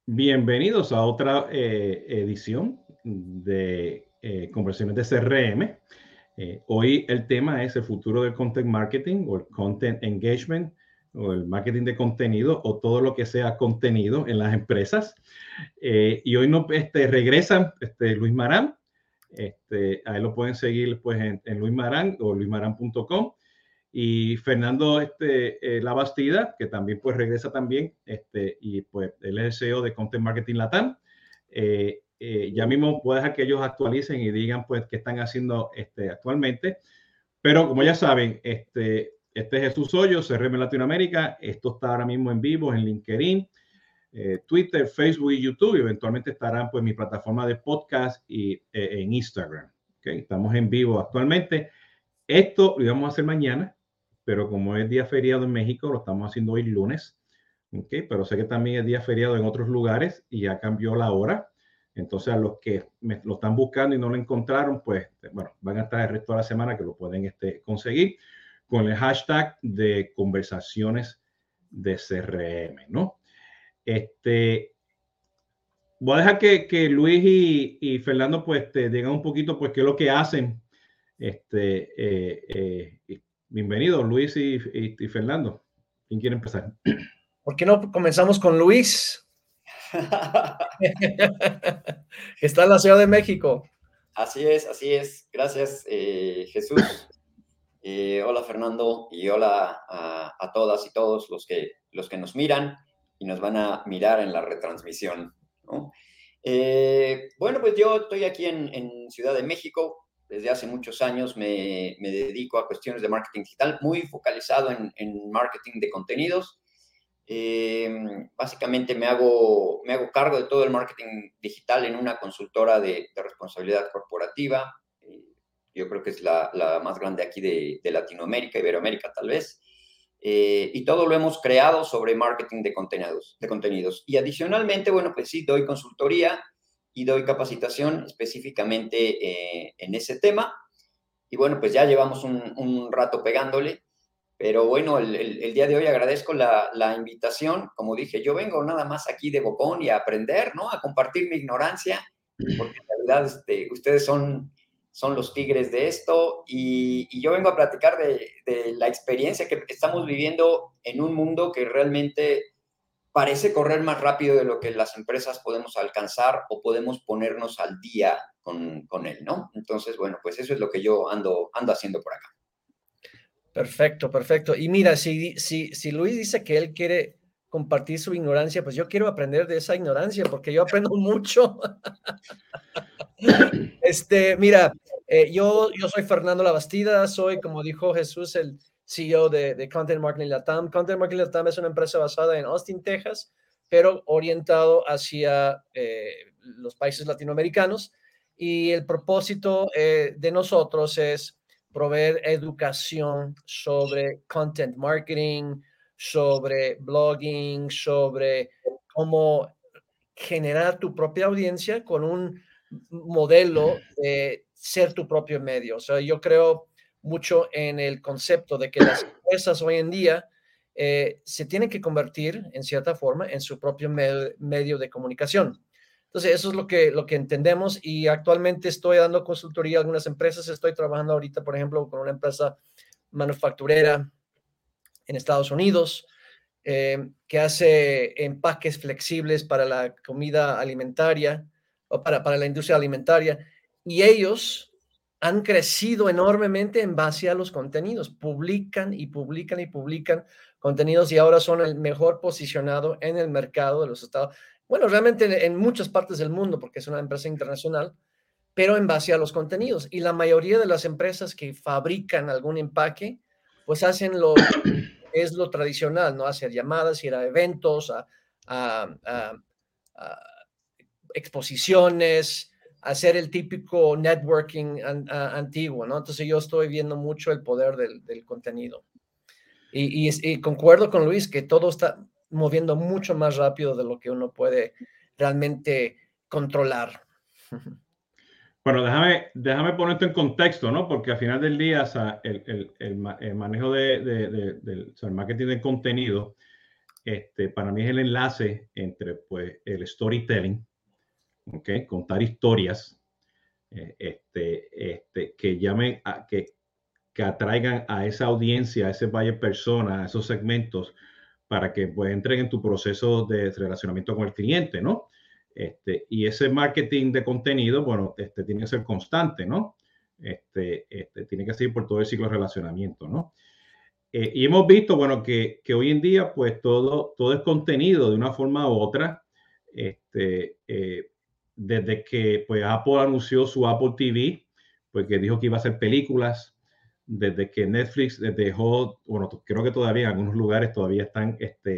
Bienvenidos a otra edición de Conversaciones de CRM. Hoy el tema es el futuro del content marketing o el content engagement o el marketing de contenido o todo lo que sea contenido en las empresas. Y hoy regresa Luis Marán. Ahí lo pueden seguir pues, en Luis Marán o luismarán.com. Y Fernando Labastida, que también pues regresa también, y pues él es el CEO de Content Marketing Latam. Ya mismo puedes dejar que ellos actualicen y digan pues qué están haciendo actualmente. Pero como ya saben, es Jesús Hoyos, CRM Latinoamérica. Esto está ahora mismo en vivo en LinkedIn, Twitter, Facebook y YouTube. Y eventualmente estarán pues mi plataforma de podcast y en Instagram. ¿Okay? Estamos en vivo actualmente. Esto lo íbamos a hacer mañana, pero como es día feriado en México, lo estamos haciendo hoy lunes. ¿Okay? Pero sé que también es día feriado en otros lugares y ya cambió la hora. Entonces, a los que lo están buscando y no lo encontraron, pues, bueno, van a estar el resto de la semana que lo pueden conseguir con el hashtag de conversaciones de CRM, ¿no? Voy a dejar que Luis y Fernando, pues, te digan un poquito, pues, qué es lo que hacen. Bienvenidos, Luis y Fernando. ¿Quién quiere empezar? ¿Por qué no comenzamos con Luis? Que está en la Ciudad de México. Así es. Gracias, Jesús. Hola, Fernando, y hola a todas y todos los que nos miran y nos van a mirar en la retransmisión, ¿no? Bueno, pues yo estoy aquí en Ciudad de México. Desde hace muchos años me dedico a cuestiones de marketing digital, muy focalizado en marketing de contenidos. Básicamente me hago cargo de todo el marketing digital en una consultora de responsabilidad corporativa. Yo creo que es la más grande aquí de Latinoamérica, Iberoamérica tal vez. Y todo lo hemos creado sobre marketing de contenidos. Y adicionalmente, bueno, pues sí, doy consultoría y doy capacitación específicamente en ese tema. Y bueno, pues ya llevamos un rato pegándole. Pero bueno, el día de hoy agradezco la invitación. Como dije, yo vengo nada más aquí de bocón y a aprender, ¿no? A compartir mi ignorancia, porque en realidad ustedes son los tigres de esto y yo vengo a platicar de la experiencia que estamos viviendo en un mundo que realmente parece correr más rápido de lo que las empresas podemos alcanzar o podemos ponernos al día con él, ¿no? Entonces, bueno, pues eso es lo que yo ando haciendo por acá. Perfecto, perfecto. Y mira, si Luis dice que él quiere compartir su ignorancia, pues yo quiero aprender de esa ignorancia porque yo aprendo mucho. Mira, yo soy Fernando Labastida, soy, como dijo Jesús, el CEO de Content Marketing Latam. Content Marketing Latam es una empresa basada en Austin, Texas, pero orientado hacia los países latinoamericanos. Y el propósito de nosotros es proveer educación sobre content marketing, sobre blogging, sobre cómo generar tu propia audiencia con un modelo de ser tu propio medio. O sea, yo creo mucho en el concepto de que las empresas hoy en día se tienen que convertir, en cierta forma, en su propio medio de comunicación. Entonces, eso es lo que entendemos y actualmente estoy dando consultoría a algunas empresas. Estoy trabajando ahorita, por ejemplo, con una empresa manufacturera en Estados Unidos que hace empaques flexibles para la comida alimentaria o para la industria alimentaria. Y ellos han crecido enormemente en base a los contenidos. Publican y publican y publican contenidos y ahora son el mejor posicionado en el mercado de los Estados. Bueno, realmente en muchas partes del mundo, porque es una empresa internacional, pero en base a los contenidos. Y la mayoría de las empresas que fabrican algún empaque, pues hacen es lo tradicional, ¿no? Hacer llamadas, ir a eventos, a, a exposiciones, hacer el típico networking antiguo, ¿no? Entonces yo estoy viendo mucho el poder del contenido. Y concuerdo con Luis que todo está moviendo mucho más rápido de lo que uno puede realmente controlar. Bueno, déjame poner esto en contexto, ¿no? Porque al final del día, o sea, el manejo del marketing de contenido para mí es el enlace entre pues, el storytelling, ¿okay? Contar historias que llamen que atraigan a esa audiencia, a ese buyer persona, a esos segmentos, para que pues entren en tu proceso de relacionamiento con el cliente, ¿no? Y ese marketing de contenido, bueno, tiene que ser constante, ¿no? Tiene que seguir por todo el ciclo de relacionamiento, ¿no? Y hemos visto, bueno, que hoy en día, pues todo es contenido de una forma u otra. Desde que pues, Apple anunció su Apple TV, pues que dijo que iba a hacer películas, desde que Netflix dejó, bueno, creo que todavía en algunos lugares todavía están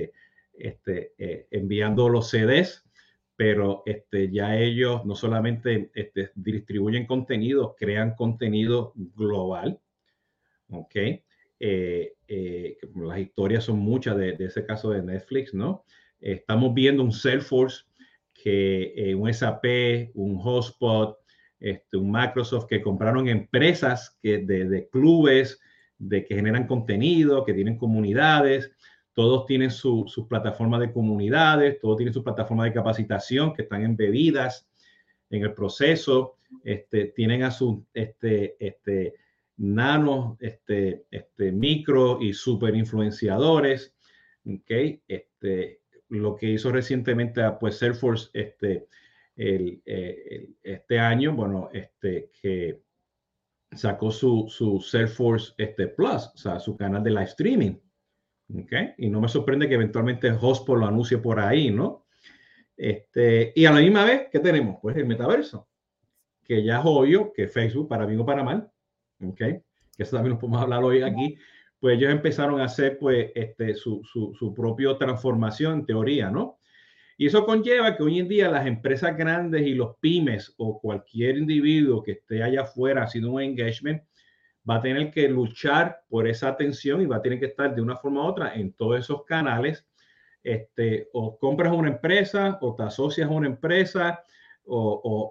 enviando los CDs, pero ya ellos no solamente distribuyen contenido, crean contenido global, ¿ok? Las historias son muchas de ese caso de Netflix, ¿no? Estamos viendo un Salesforce, un SAP, un HubSpot, un Microsoft que compraron empresas de clubes que generan contenido, que tienen comunidades, todos tienen sus plataformas de comunidades, todos tienen sus plataformas de capacitación que están embebidas en el proceso, tienen a sus nano, micro y super influenciadores, ¿okay? Lo que hizo recientemente pues Salesforce este año, bueno, que sacó su Salesforce Plus, o sea, su canal de live streaming, ¿okay? Y no me sorprende que eventualmente HubSpot lo anuncie por ahí, ¿no? Y a la misma vez, ¿qué tenemos? Pues el metaverso, que ya es obvio que Facebook, para bien o para mal, ¿okay? Que eso también lo podemos hablar hoy aquí, pues ellos empezaron a hacer pues su propia transformación en teoría, ¿no? Y eso conlleva que hoy en día las empresas grandes y los pymes o cualquier individuo que esté allá afuera haciendo un engagement va a tener que luchar por esa atención y va a tener que estar de una forma u otra en todos esos canales. O compras una empresa o te asocias a una empresa o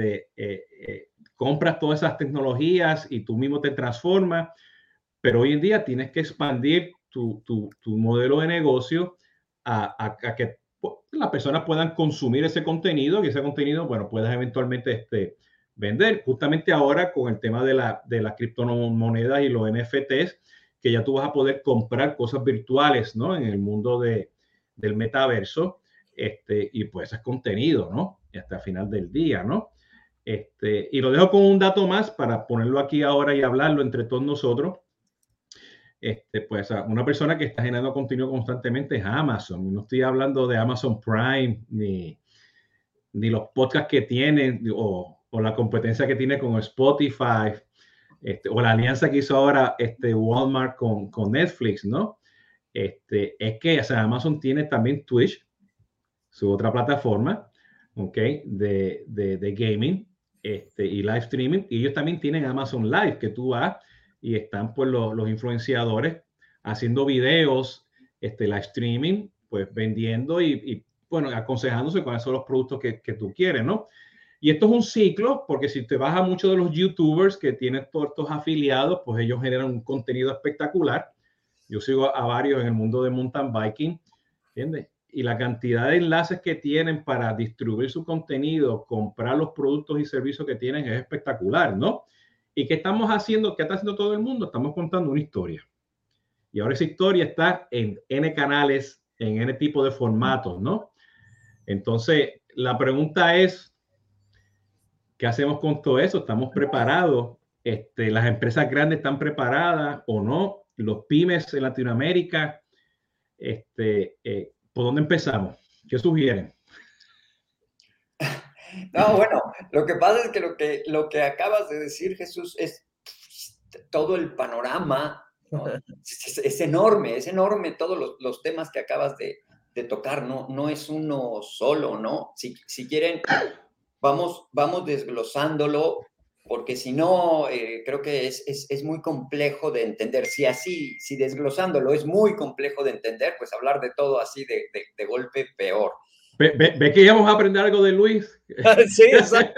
compras todas esas tecnologías y tú mismo te transformas, pero hoy en día tienes que expandir tu modelo de negocio a que las personas puedan consumir ese contenido y ese contenido, bueno, puedas eventualmente vender. Justamente ahora con el tema de las criptomonedas y los NFTs, que ya tú vas a poder comprar cosas virtuales, ¿no? En el mundo del metaverso, y pues es contenido, ¿no? Hasta el final del día, ¿no? Y lo dejo con un dato más para ponerlo aquí ahora y hablarlo entre todos nosotros. Pues una persona que está generando contenido constantemente es Amazon. No estoy hablando de Amazon Prime ni los podcasts que tienen o la competencia que tiene con Spotify, o la alianza que hizo ahora Walmart con Netflix, ¿no? Es que, o sea, Amazon tiene también Twitch, su otra plataforma, ¿ok? De gaming y live streaming. Y ellos también tienen Amazon Live, que tú vas y están pues los influenciadores haciendo videos, live streaming, pues vendiendo y bueno, aconsejándose cuáles son los productos que tú quieres, ¿no? Y esto es un ciclo, porque si te vas a muchos de los YouTubers que tienen todos estos afiliados, pues ellos generan un contenido espectacular. Yo sigo a varios en el mundo de mountain biking, ¿entiendes? Y la cantidad de enlaces que tienen para distribuir su contenido, comprar los productos y servicios que tienen es espectacular, ¿no? ¿Y qué estamos haciendo? ¿Qué está haciendo todo el mundo? Estamos contando una historia. Y ahora esa historia está en N canales, en N tipo de formatos, ¿no? Entonces, la pregunta es, ¿qué hacemos con todo eso? ¿Estamos preparados? ¿Las empresas grandes están preparadas o no? Los pymes en Latinoamérica, ¿por dónde empezamos? ¿Qué sugieren? No, bueno, lo que pasa es que lo que acabas de decir, Jesús, es todo el panorama, ¿no? Es enorme todos los temas que acabas de tocar, no es uno solo, ¿no? Si quieren, vamos desglosándolo, porque si no, creo que es muy complejo de entender. Si desglosándolo es muy complejo de entender, pues hablar de todo así de golpe peor. ¿Ve que íbamos a aprender algo de Luis? Sí, exacto.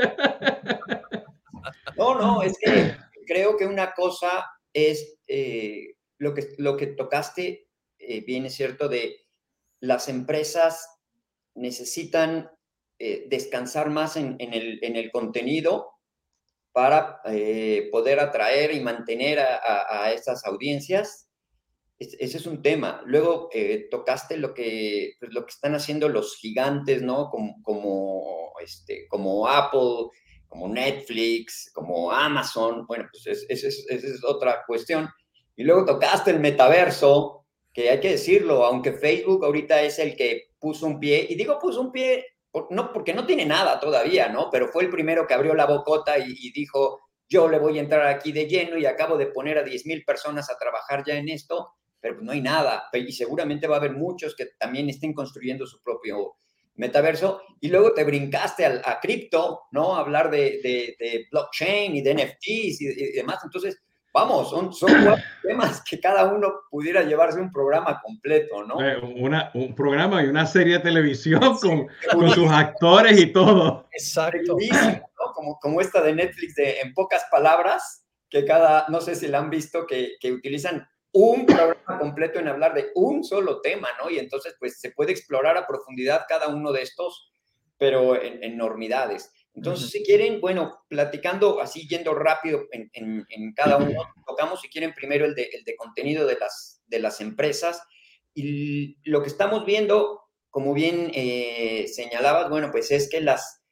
No, es que creo que una cosa es lo que tocaste, bien es cierto, de las empresas necesitan descansar más en el contenido para poder atraer y mantener a estas audiencias. Ese es un tema. Luego tocaste lo que están haciendo los gigantes, ¿no? Como Apple, como Netflix, como Amazon. Bueno, pues esa es otra cuestión. Y luego tocaste el metaverso, que hay que decirlo, aunque Facebook ahorita es el que puso un pie, y digo puso un pie, no, porque no tiene nada todavía, ¿no? Pero fue el primero que abrió la bocota y dijo, yo le voy a entrar aquí de lleno y acabo de poner a 10,000 personas a trabajar ya en esto, pero pues no hay nada. Y seguramente va a haber muchos que también estén construyendo su propio metaverso. Y luego te brincaste a cripto, ¿no? A hablar de blockchain y de NFTs y demás. Entonces, vamos, son 4 temas que cada uno pudiera llevarse un programa completo, ¿no? Un programa y una serie de televisión con sus actores y todo. Exacto. ¿No? Como esta de Netflix de En pocas palabras, que no sé si la han visto, que utilizan un programa completo en hablar de un solo tema, ¿no? Y entonces, pues, se puede explorar a profundidad cada uno de estos, pero en enormidades. Entonces, si quieren, bueno, platicando así, yendo rápido en cada uno, tocamos, si quieren, primero el de contenido de las empresas. Y lo que estamos viendo, como bien señalabas, bueno, pues es que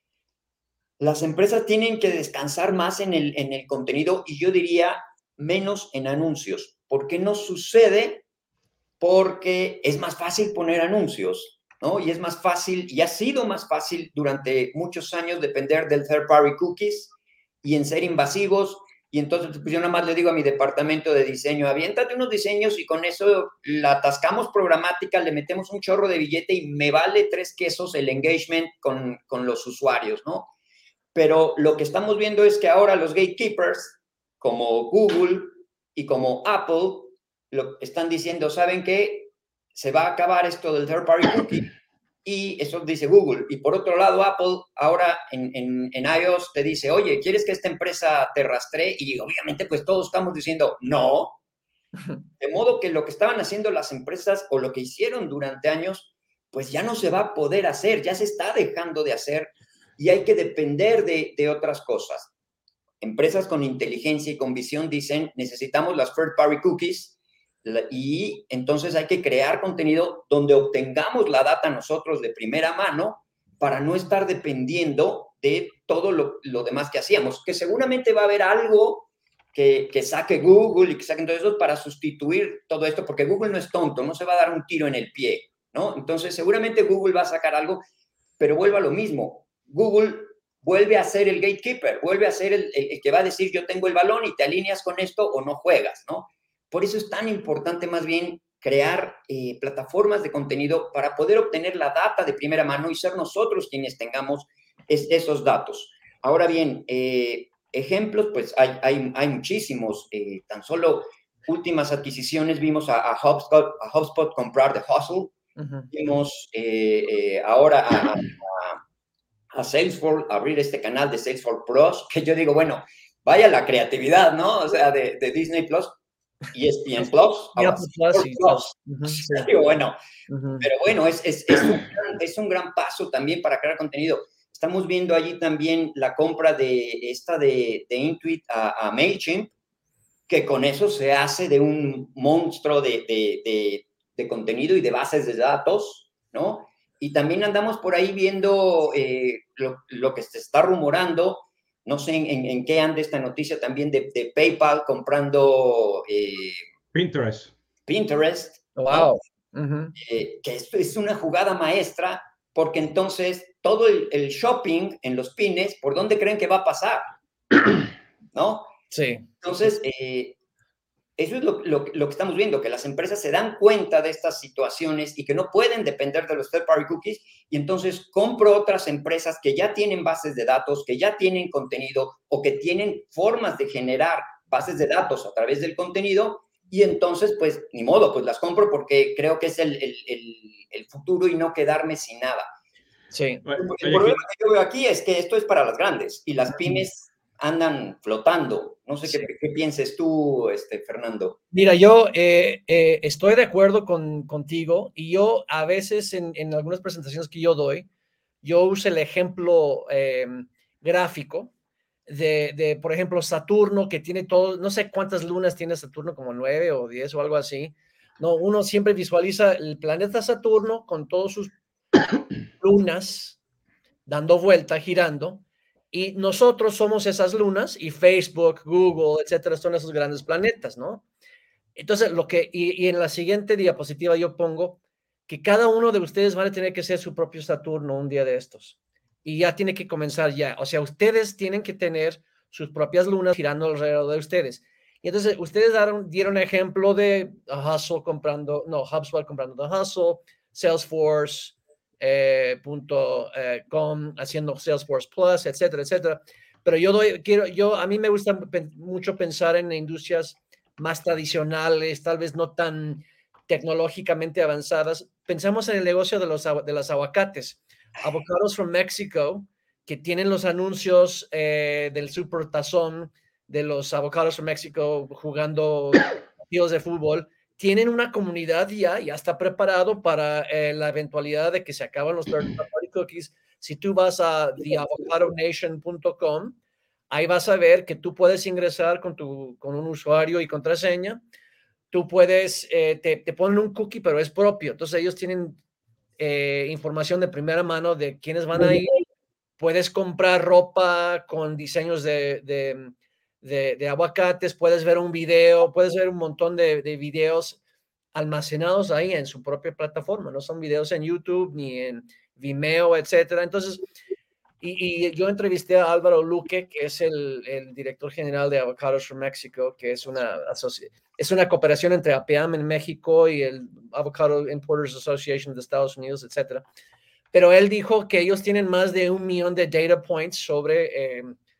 las empresas tienen que descansar más en el contenido, y yo diría menos en anuncios. ¿Por qué no sucede? Porque es más fácil poner anuncios, ¿no? Y es más fácil, y ha sido más fácil durante muchos años depender del third party cookies y en ser invasivos. Y entonces, pues yo nada más le digo a mi departamento de diseño, aviéntate unos diseños y con eso la atascamos programática, le metemos un chorro de billete y me vale 3 quesos el engagement con los usuarios, ¿no? Pero lo que estamos viendo es que ahora los gatekeepers, como Google y como Apple, lo están diciendo, ¿saben qué? Se va a acabar esto del third party cookie, y eso dice Google. Y por otro lado, Apple ahora en iOS te dice, oye, ¿quieres que esta empresa te rastree? Y obviamente pues todos estamos diciendo, no. De modo que lo que estaban haciendo las empresas, o lo que hicieron durante años, pues ya no se va a poder hacer, ya se está dejando de hacer, y hay que depender de otras cosas. Empresas con inteligencia y con visión dicen, necesitamos las third party cookies, y entonces hay que crear contenido donde obtengamos la data nosotros de primera mano para no estar dependiendo de todo lo demás que hacíamos, que seguramente va a haber algo que saque Google y que saquen todo eso para sustituir todo esto, porque Google no es tonto, no se va a dar un tiro en el pie, ¿no? Entonces seguramente Google va a sacar algo, pero vuelve a lo mismo. Google vuelve a ser el gatekeeper, vuelve a ser el que va a decir, yo tengo el balón y te alineas con esto o no juegas, ¿no? Por eso es tan importante más bien crear plataformas de contenido para poder obtener la data de primera mano y ser nosotros quienes tengamos esos datos. Ahora bien, ejemplos, pues hay muchísimos. Tan solo últimas adquisiciones, vimos a HubSpot comprar The Hustle. Vimos ahora a Salesforce abrir este canal de Salesforce Plus, que yo digo, bueno, vaya la creatividad, ¿no? O sea, de Disney Plus, ESPN Plus, Plus. Digo, bueno, pero bueno, es un gran paso también para crear contenido. Estamos viendo allí también la compra de Intuit a MailChimp, que con eso se hace de un monstruo de contenido y de bases de datos, ¿no? Y también andamos por ahí viendo lo que se está rumorando, no sé en qué anda esta noticia también de PayPal comprando Pinterest. Wow. Que esto es una jugada maestra, porque entonces todo el shopping en los pines, ¿por dónde creen que va a pasar? ¿No? Sí. Entonces, eso es lo que estamos viendo, que las empresas se dan cuenta de estas situaciones y que no pueden depender de los third-party cookies, y entonces compro otras empresas que ya tienen bases de datos, que ya tienen contenido o que tienen formas de generar bases de datos a través del contenido, y entonces, pues, ni modo, pues las compro porque creo que es el futuro y no quedarme sin nada. Sí. El problema que yo veo aquí es que esto es para las grandes y las pymes andan flotando. No sé qué pienses tú, Fernando. Mira, yo estoy de acuerdo contigo, y yo a veces en algunas presentaciones que yo doy, yo uso el ejemplo gráfico de, por ejemplo, Saturno, que tiene todo, no sé cuántas lunas tiene Saturno, como 9 o 10 o algo así. No, uno siempre visualiza el planeta Saturno con todas sus lunas dando vuelta, girando, y nosotros somos esas lunas, y Facebook, Google, etcétera, son esos grandes planetas, ¿no? Entonces, y en la siguiente diapositiva yo pongo que cada uno de ustedes van a tener que ser su propio Saturno un día de estos. Y ya tiene que comenzar ya. O sea, ustedes tienen que tener sus propias lunas girando alrededor de ustedes. Y entonces, ustedes dieron ejemplo de HubSpot comprando The Hustle, Salesforce, .com haciendo Salesforce Plus, etcétera, etcétera. Pero a mí me gusta mucho pensar en industrias más tradicionales, tal vez no tan tecnológicamente avanzadas. Pensamos en el negocio de los aguacates, Avocados from Mexico, que tienen los anuncios del Super Tazón de los Avocados from Mexico jugando partidos de fútbol. Tienen una comunidad ya está preparado para la eventualidad de que se acaban los third-party cookies. Si tú vas a theavocadonation.com, ahí vas a ver que tú puedes ingresar con un usuario y contraseña. Tú puedes, te ponen un cookie, pero es propio. Entonces ellos tienen información de primera mano de quiénes van a ir. Puedes comprar ropa con diseños de aguacates, puedes ver un video, puedes ver un montón de videos almacenados ahí en su propia plataforma. No son videos en YouTube ni en Vimeo, etcétera. Entonces, y yo entrevisté a Álvaro Luque, que es el director general de Avocados from Mexico, que es una cooperación entre APAM en México y el Avocado Importers Association de Estados Unidos, etcétera. Pero él dijo que ellos tienen más de 1 millón de data points sobre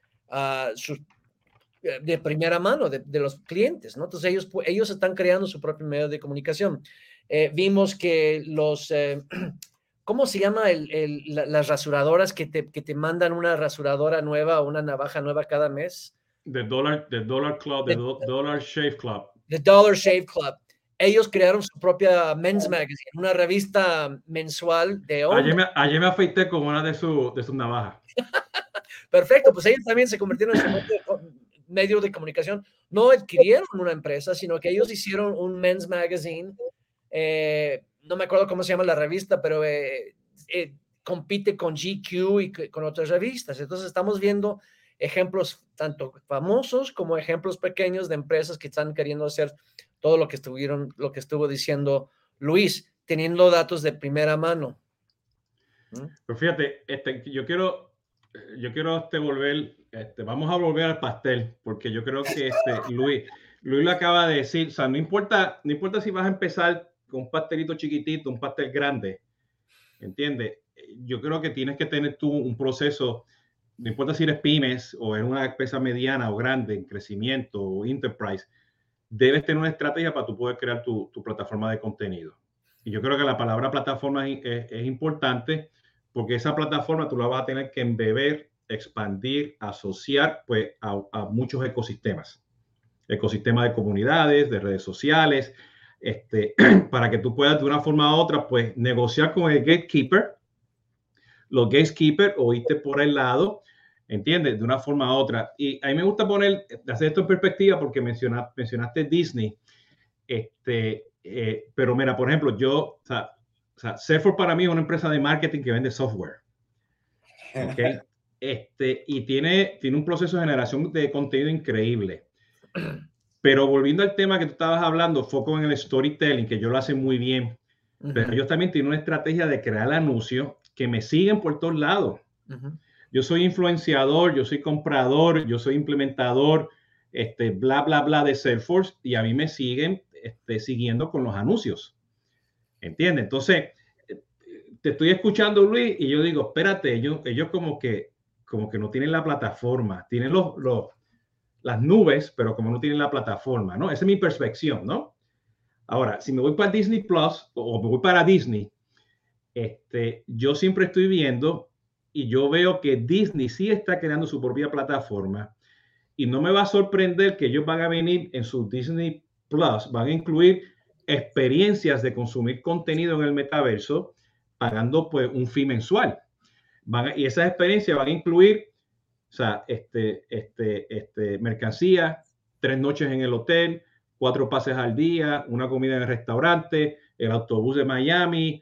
de primera mano de los clientes, ¿no? Entonces ellos están creando su propio medio de comunicación. Vimos que ¿cómo se llama las rasuradoras que te mandan una rasuradora nueva o una navaja nueva cada mes? The Dollar Club, the Dollar Shave Club. The Dollar Shave Club. Ellos crearon su propia Men's Magazine, una revista mensual de hombres. Ayer me afeité con una de sus navajas. Perfecto, pues ellos también se convirtieron en su medio de comunicación. No adquirieron una empresa, sino que ellos hicieron un Men's Magazine. No me acuerdo cómo se llama la revista, pero compite con GQ y con otras revistas. Entonces estamos viendo ejemplos tanto famosos como ejemplos pequeños de empresas que están queriendo hacer todo lo que estuvo diciendo Luis, teniendo datos de primera mano. Pero fíjate, yo quiero volver, vamos a volver al pastel, porque yo creo que Luis lo acaba de decir. O sea, no importa si vas a empezar con un pastelito chiquitito, un pastel grande, ¿entiendes? Yo creo que tienes que tener tú un proceso, no importa si eres pymes o eres una empresa mediana o grande en crecimiento o enterprise, debes tener una estrategia para tú poder crear tu plataforma de contenido. Y yo creo que la palabra plataforma es importante, porque esa plataforma tú la vas a tener que embeber, expandir, asociar pues a muchos ecosistemas de comunidades, de redes sociales, para que tú puedas de una forma u otra pues negociar con el gatekeeper, los gatekeepers, o irte por el lado, ¿entiendes? De una forma u otra. Y a mí me gusta hacer esto en perspectiva, porque mencionaste Disney, pero mira, por ejemplo, Salesforce para mí es una empresa de marketing que vende software, ¿okay? Y tiene un proceso de generación de contenido increíble. Pero volviendo al tema que tú estabas hablando, foco en el storytelling, que yo lo hace muy bien. Pero ellos también tienen una estrategia de crear anuncios que me siguen por todos lados. Yo soy influenciador, yo soy comprador, yo soy implementador, bla, bla, bla de Salesforce, y a mí me siguen siguiendo con los anuncios. ¿Entiendes? Entonces, te estoy escuchando, Luis, y yo digo, espérate, ellos como que no tienen la plataforma, tienen las nubes, pero como no tienen la plataforma, ¿no? Esa es mi percepción, ¿no? Ahora, si me voy para Disney Plus o me voy para Disney, yo siempre estoy viendo y yo veo que Disney sí está creando su propia plataforma, Y no me va a sorprender que ellos van a venir en su Disney Plus, van a incluir experiencias de consumir contenido en el metaverso, pagando pues un fee mensual. Y esas experiencias van a incluir, o sea, mercancía, 3 noches en el hotel, 4 pases al día, una comida en el restaurante, el autobús de Miami,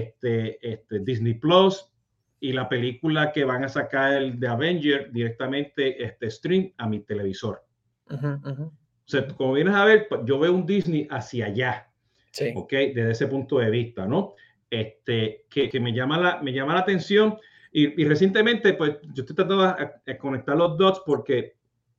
Disney Plus y la película que van a sacar de Avenger directamente stream a mi televisor. O sea, como vienes a ver, yo veo un Disney hacia allá, sí. ¿ok? Desde ese punto de vista, ¿no? Que me llama la atención. Y recientemente, pues, yo estoy tratando de conectar los dots porque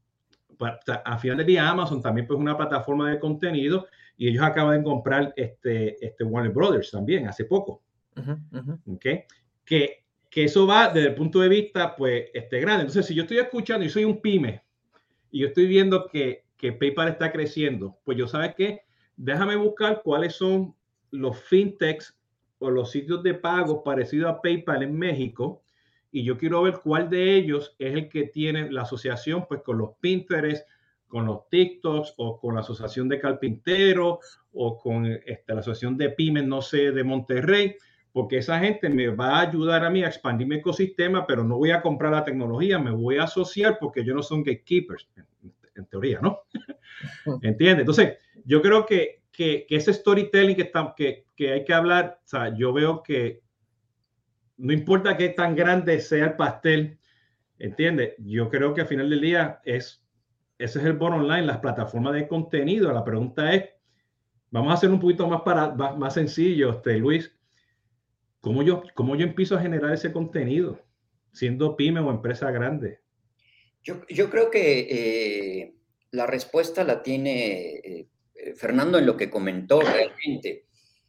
a final del día Amazon también pues una plataforma de contenido y ellos acaban de comprar Warner Brothers también hace poco. ¿Okay? Que eso va desde el punto de vista pues grande. Entonces, si yo estoy escuchando y soy un pyme y yo estoy viendo que PayPal está creciendo, pues yo, ¿sabes qué? Déjame buscar cuáles son los fintechs o los sitios de pago parecidos a PayPal en México y yo quiero ver cuál de ellos es el que tiene la asociación pues con los Pinterest, con los TikToks o con la asociación de carpinteros o con la asociación de pymes, no sé, de Monterrey, porque esa gente me va a ayudar a mí a expandir mi ecosistema, pero no voy a comprar la tecnología, me voy a asociar porque ellos no son gatekeepers, en teoría, ¿no? ¿Entiendes? Entonces, yo creo que ese storytelling que hay que hablar, o sea, yo veo que no importa qué tan grande sea el pastel, ¿entiendes? Yo creo que al final del día ese es el bottom line, las plataformas de contenido. La pregunta es, vamos a hacer un poquito más sencillo, Luis. ¿Cómo yo empiezo a generar ese contenido siendo pyme o empresa grande? Yo creo que la respuesta la tiene Fernando en lo que comentó realmente.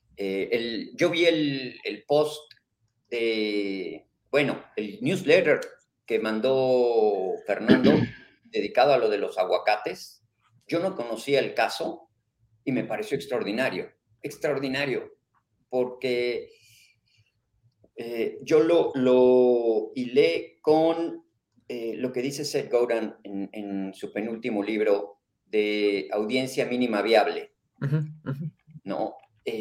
Yo vi el post el newsletter que mandó Fernando dedicado a lo de los aguacates. Yo no conocía el caso y me pareció extraordinario, porque yo lo hilé con lo que dice Seth Godin en su penúltimo libro de Audiencia Mínima Viable. ¿No?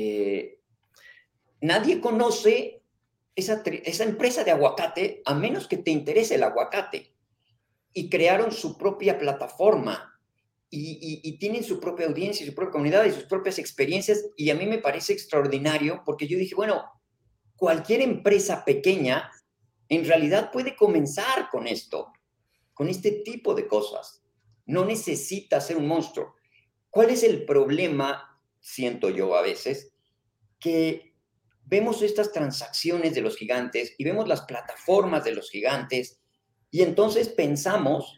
Nadie conoce esa empresa de aguacate a menos que te interese el aguacate. Y crearon su propia plataforma y tienen su propia audiencia, su propia comunidad y sus propias experiencias. Y a mí me parece extraordinario porque yo dije, bueno, cualquier empresa pequeña en realidad puede comenzar con esto, con este tipo de cosas. No necesita ser un monstruo. ¿Cuál es el problema, siento yo a veces? Que vemos estas transacciones de los gigantes y vemos las plataformas de los gigantes y entonces pensamos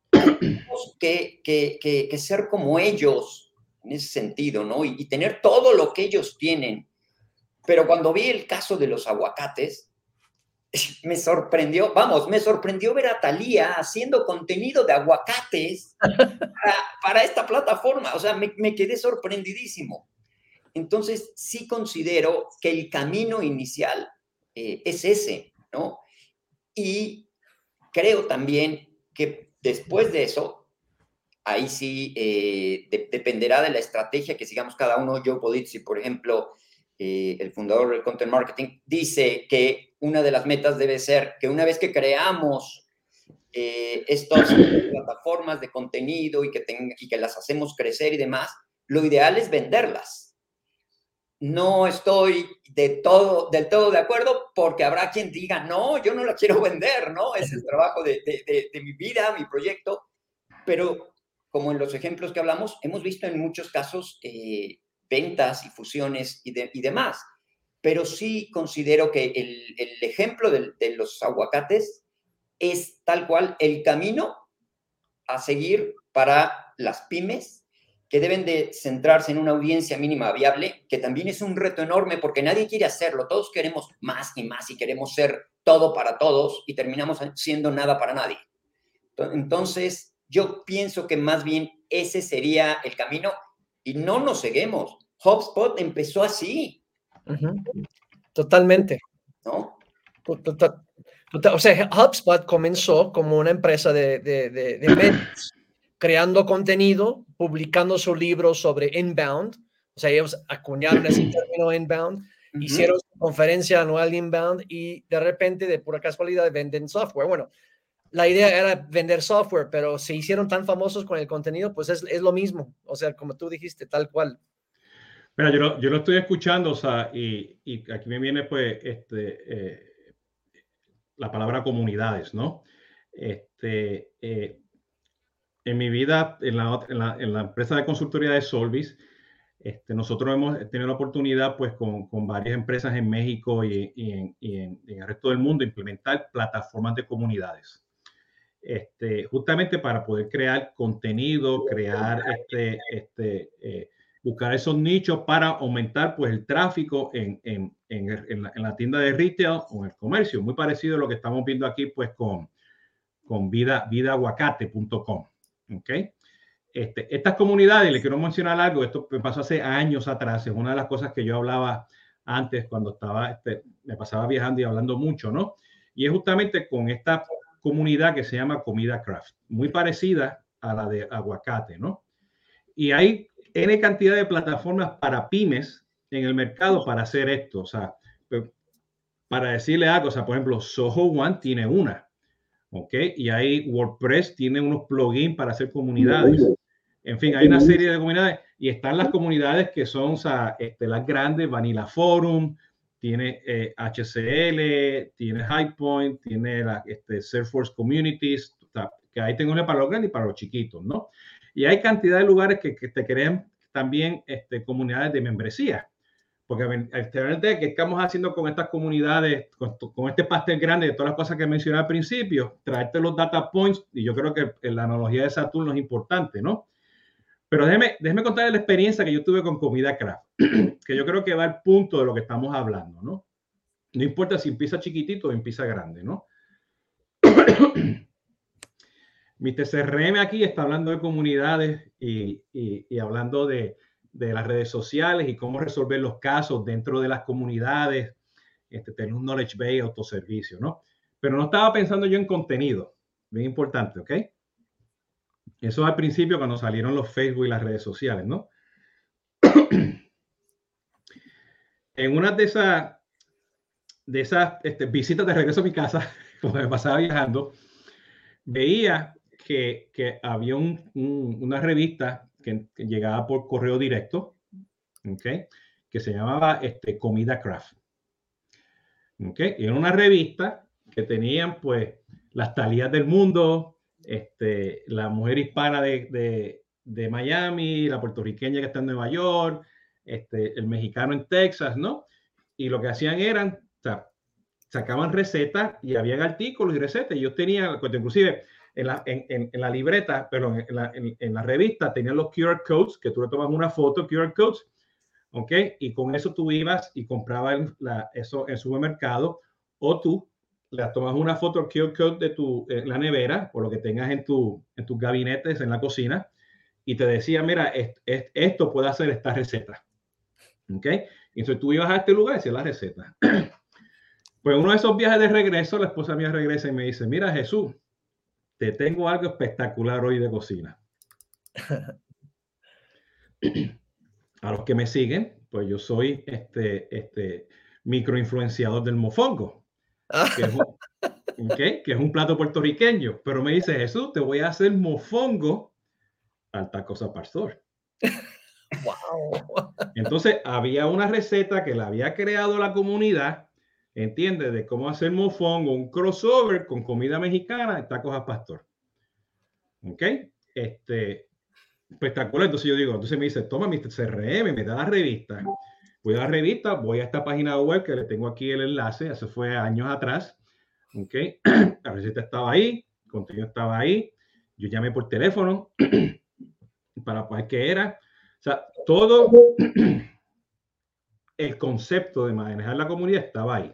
que ser como ellos en ese sentido, ¿no? Y tener todo lo que ellos tienen. Pero cuando vi el caso de los aguacates, me sorprendió ver a Thalía haciendo contenido de aguacates para esta plataforma. O sea, me quedé sorprendidísimo. Entonces, sí considero que el camino inicial es ese, ¿no? Y creo también que después de eso, ahí sí dependerá de la estrategia que sigamos cada uno. Joe Polizzi, por ejemplo, el fundador del Content Marketing, dice que una de las metas debe ser que una vez que creamos estas plataformas de contenido y que las hacemos crecer y demás, lo ideal es venderlas. No estoy del todo de acuerdo porque habrá quien diga, no, yo no la quiero vender, ¿no? Es el trabajo de mi vida, mi proyecto. Pero como en los ejemplos que hablamos, hemos visto en muchos casos ventas y fusiones y demás. Pero sí considero que el ejemplo de los aguacates es tal cual el camino a seguir para las pymes, que deben de centrarse en una audiencia mínima viable, que también es un reto enorme porque nadie quiere hacerlo. Todos queremos más y más y queremos ser todo para todos y terminamos siendo nada para nadie. Entonces, yo pienso que más bien ese sería el camino y no nos ceguemos. HubSpot empezó así. Totalmente. ¿No? O sea, HubSpot comenzó como una empresa de medios. creando contenido, publicando su libro sobre inbound. O sea, ellos acuñaron ese término inbound, hicieron su conferencia anual inbound y de repente, de pura casualidad, venden software. Bueno, la idea era vender software, pero se hicieron tan famosos con el contenido, pues es lo mismo. O sea, como tú dijiste, tal cual. Mira, yo lo estoy escuchando, o sea, y aquí me viene pues la palabra comunidades, ¿no? En mi vida, en la empresa de consultoría de Solvis, nosotros hemos tenido la oportunidad, pues, con varias empresas en México y en el resto del mundo, implementar plataformas de comunidades. Justamente para poder crear contenido, crear buscar esos nichos para aumentar pues el tráfico en la tienda de retail o en el comercio, muy parecido a lo que estamos viendo aquí pues con vidaaguacate.com. ¿Okay? Estas comunidades, les quiero mencionar algo, esto me pasó hace años atrás, es una de las cosas que yo hablaba antes cuando estaba, me pasaba viajando y hablando mucho, ¿no? Y es justamente con esta comunidad que se llama Comida Craft, muy parecida a la de Aguacate, ¿no? Y hay N cantidad de plataformas para pymes en el mercado para hacer esto, o sea, para decirle algo, o sea, por ejemplo, Soho One tiene una, ¿ok? Y hay WordPress, tiene unos plugins para hacer comunidades. En fin, hay una serie de comunidades y están las comunidades que son, o sea, las grandes, Vanilla Forum, tiene HCL, tiene Highpoint, tiene Salesforce Communities, o sea, que ahí tengo una para los grandes y para los chiquitos, ¿no? Y hay cantidad de lugares que te crean también comunidades de membresía. Porque ¿qué estamos haciendo con estas comunidades, con este pastel grande de todas las cosas que mencioné al principio? Traerte los data points, y yo creo que la analogía de Saturno es importante, ¿no? Pero déjeme contarles la experiencia que yo tuve con Comida Craft, que yo creo que va al punto de lo que estamos hablando, ¿no? No importa si empieza chiquitito o empieza grande, ¿no? Mr. CRM aquí está hablando de comunidades y hablando de las redes sociales y cómo resolver los casos dentro de las comunidades, tener un knowledge base, autoservicio, ¿no? Pero no estaba pensando yo en contenido, bien importante, ¿ok? Eso al principio cuando salieron los Facebook y las redes sociales, ¿no? En una de esas visitas de regreso a mi casa, cuando me pasaba viajando, veía que había una revista que llegaba por correo directo, ¿okay? Que se llamaba Comida Craft. ¿Okay? Y era una revista que tenían pues las Talías del mundo, la mujer hispana de Miami, la puertorriqueña que está en Nueva York, el mexicano en Texas, ¿no? Y lo que hacían eran, o sea, sacaban recetas y había artículos y recetas. Y yo tenía, pues, inclusive en la libreta, pero en la revista tenían los QR codes, que tú le tomas una foto, QR codes, ¿ok? Y con eso tú ibas y comprabas eso en el supermercado, o tú le tomas una foto, QR code de la nevera, o lo que tengas en tus gabinetes, en la cocina, y te decía, mira, esto puede hacer esta receta, ¿ok? Y entonces tú ibas a este lugar y hacías la receta. Pues uno de esos viajes de regreso, la esposa mía regresa y me dice, mira, Jesús, te tengo algo espectacular hoy de cocina. A los que me siguen, pues yo soy microinfluenciador del mofongo, que es un plato puertorriqueño. Pero me dice, Jesús, te voy a hacer mofongo al taco pastor. Wow. Entonces había una receta que la había creado la comunidad, ¿entiendes? De cómo hacer mofongo, un crossover con comida mexicana de tacos a pastor. ¿Ok? Espectacular. Entonces yo digo, entonces me dice, toma mi CRM, me da la revista. Voy a la revista, voy a esta página web que le tengo aquí el enlace, eso fue años atrás. ¿Ok? La receta estaba ahí, el contenido estaba ahí. Yo llamé por teléfono para ver qué era. O sea, todo el concepto de manejar la comunidad estaba ahí.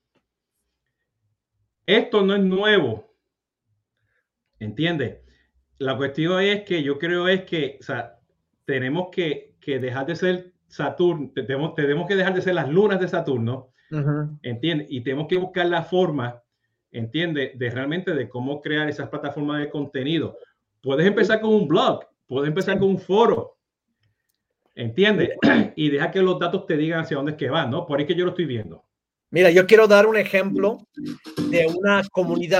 Esto no es nuevo. ¿Entiendes? La cuestión es que yo creo es que, o sea, tenemos que dejar de ser Saturno, tenemos que dejar de ser las lunas de Saturno, ¿entiendes? Y tenemos que buscar la forma, ¿entiendes? De realmente de cómo crear esas plataformas de contenido. Puedes empezar con un blog, puedes empezar con un foro, ¿entiendes? Y deja que los datos te digan hacia dónde es que van, ¿no? Por ahí que yo lo estoy viendo. Mira, yo quiero dar un ejemplo de una comunidad.